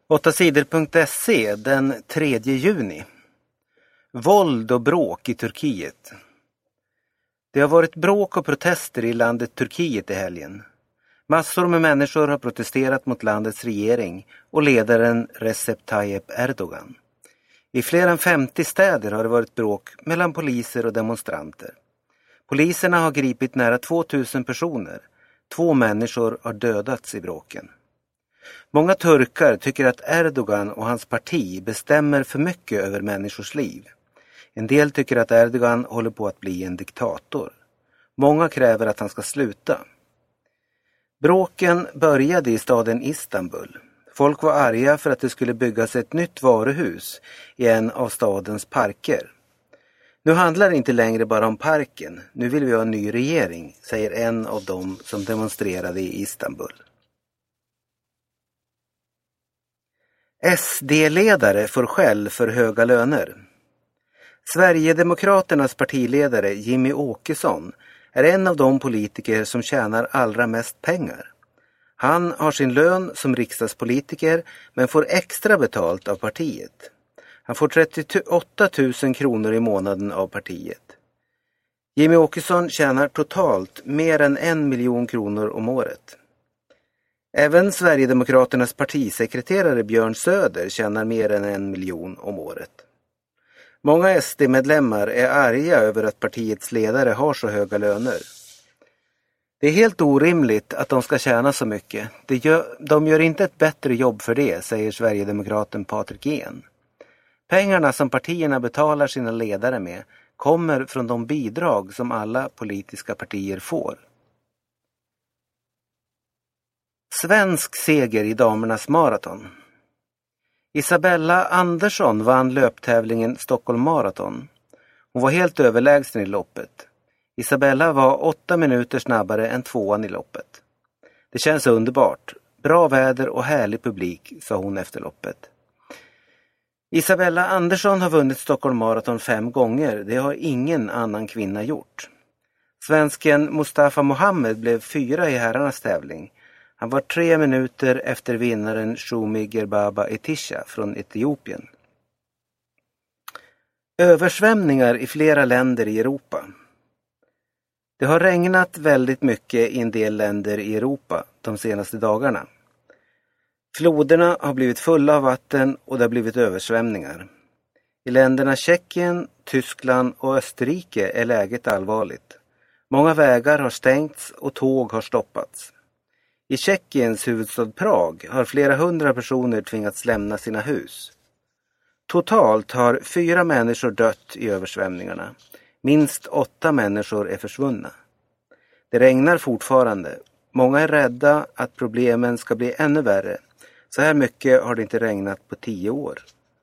8sidor.se den 3 juni. Våld och bråk i Turkiet. Det har varit bråk och protester i landet Turkiet i helgen. Massor med människor har protesterat mot landets regering och ledaren Recep Tayyip Erdogan. I fler än 50 städer har det varit bråk mellan poliser och demonstranter. Poliserna har gripit nära 2000 personer. 2 människor har dödats i bråken. Många turkar tycker att Erdogan och hans parti bestämmer för mycket över människors liv. En del tycker att Erdogan håller på att bli en diktator. Många kräver att han ska sluta. Bråken började i staden Istanbul. Folk var arga för att det skulle byggas ett nytt varuhus i en av stadens parker. Nu handlar det inte längre bara om parken. Nu vill vi ha en ny regering, säger en av dem som demonstrerade i Istanbul. SD-ledare får skäll för höga löner. Sverigedemokraternas partiledare Jimmie Åkesson är en av de politiker som tjänar allra mest pengar. Han har sin lön som riksdagspolitiker men får extra betalt av partiet. Han får 38 000 kronor i månaden av partiet. Jimmie Åkesson tjänar totalt mer än 1 miljon kronor om året. Även Sverigedemokraternas partisekreterare Björn Söder tjänar mer än 1 miljon om året. Många SD-medlemmar är arga över att partiets ledare har så höga löner. Det är helt orimligt att de ska tjäna så mycket. De gör inte ett bättre jobb för det, säger Sverigedemokraten Patrik Ehn. Pengarna som partierna betalar sina ledare med kommer från de bidrag som alla politiska partier får. Svensk seger i damernas maraton. Isabella Andersson vann löptävlingen Stockholm Marathon. Hon var helt överlägsen i loppet. Isabella var 8 minuter snabbare än 2:an i loppet. Det känns underbart. Bra väder och härlig publik, sa hon efter loppet. Isabella Andersson har vunnit Stockholm Marathon 5 gånger. Det har ingen annan kvinna gjort. Svensken Mustafa Mohammed blev 4 i herrarnas tävling. Han var 3 minuter efter vinnaren Shumi Gerbaba Etisha från Etiopien. Översvämningar i flera länder i Europa. Det har regnat väldigt mycket i en del länder i Europa de senaste dagarna. Floderna har blivit fulla av vatten och det har blivit översvämningar. I länderna Tjeckien, Tyskland och Österrike är läget allvarligt. Många vägar har stängts och tåg har stoppats. I Tjeckiens huvudstad Prag har flera 100 personer tvingats lämna sina hus. Totalt har 4 människor dött i översvämningarna. Minst 8 människor är försvunna. Det regnar fortfarande. Många är rädda att problemen ska bli ännu värre. Så här mycket har det inte regnat på 10 år.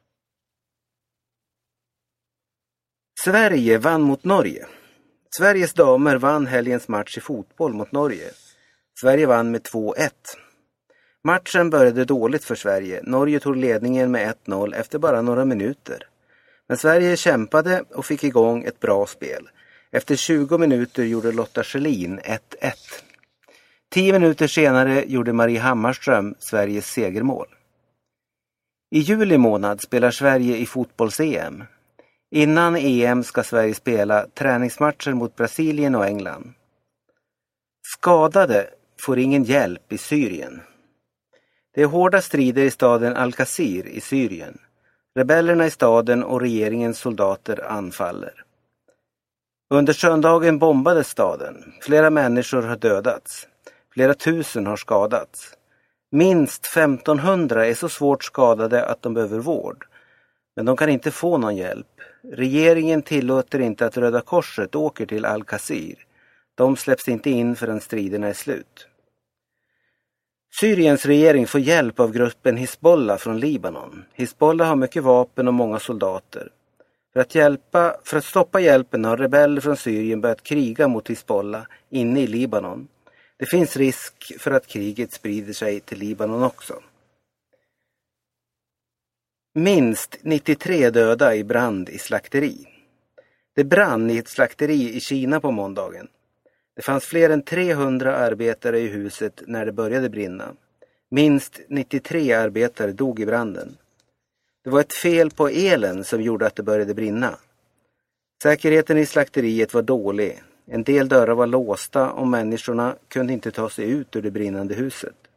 Sverige vann mot Norge. Sveriges damer vann helgens match i fotboll mot Norge. Sverige vann med 2-1. Matchen började dåligt för Sverige. Norge tog ledningen med 1-0 efter bara några minuter. Men Sverige kämpade och fick igång ett bra spel. Efter 20 minuter gjorde Lotta Schelin 1-1. 10 minuter senare gjorde Marie Hammarström Sveriges segermål. I juli månad spelar Sverige i fotbolls-EM. Innan EM ska Sverige spela träningsmatcher mot Brasilien och England. Skadade får ingen hjälp i Syrien. Det är hårda strider i staden Al-Qasir i Syrien. Rebellerna i staden och regeringens soldater anfaller. Under söndagen bombades staden. Flera människor har dödats. Flera tusen har skadats. Minst 1500 är så svårt skadade att de behöver vård. Men de kan inte få någon hjälp. Regeringen tillåter inte att Röda Korset åker till Al-Qasir. De släpps inte in förrän striderna är slut. Syriens regering får hjälp av gruppen Hizbollah från Libanon. Hizbollah har mycket vapen och många soldater. För att stoppa hjälpen har rebeller från Syrien börjat kriga mot Hizbollah inne i Libanon. Det finns risk för att kriget sprider sig till Libanon också. Minst 93 döda i brand i slakteri. Det brann i ett slakteri i Kina på måndagen. Det fanns fler än 300 arbetare i huset när det började brinna. Minst 93 arbetare dog i branden. Det var ett fel på elen som gjorde att det började brinna. Säkerheten i slakteriet var dålig. En del dörrar var låsta och människorna kunde inte ta sig ut ur det brinnande huset.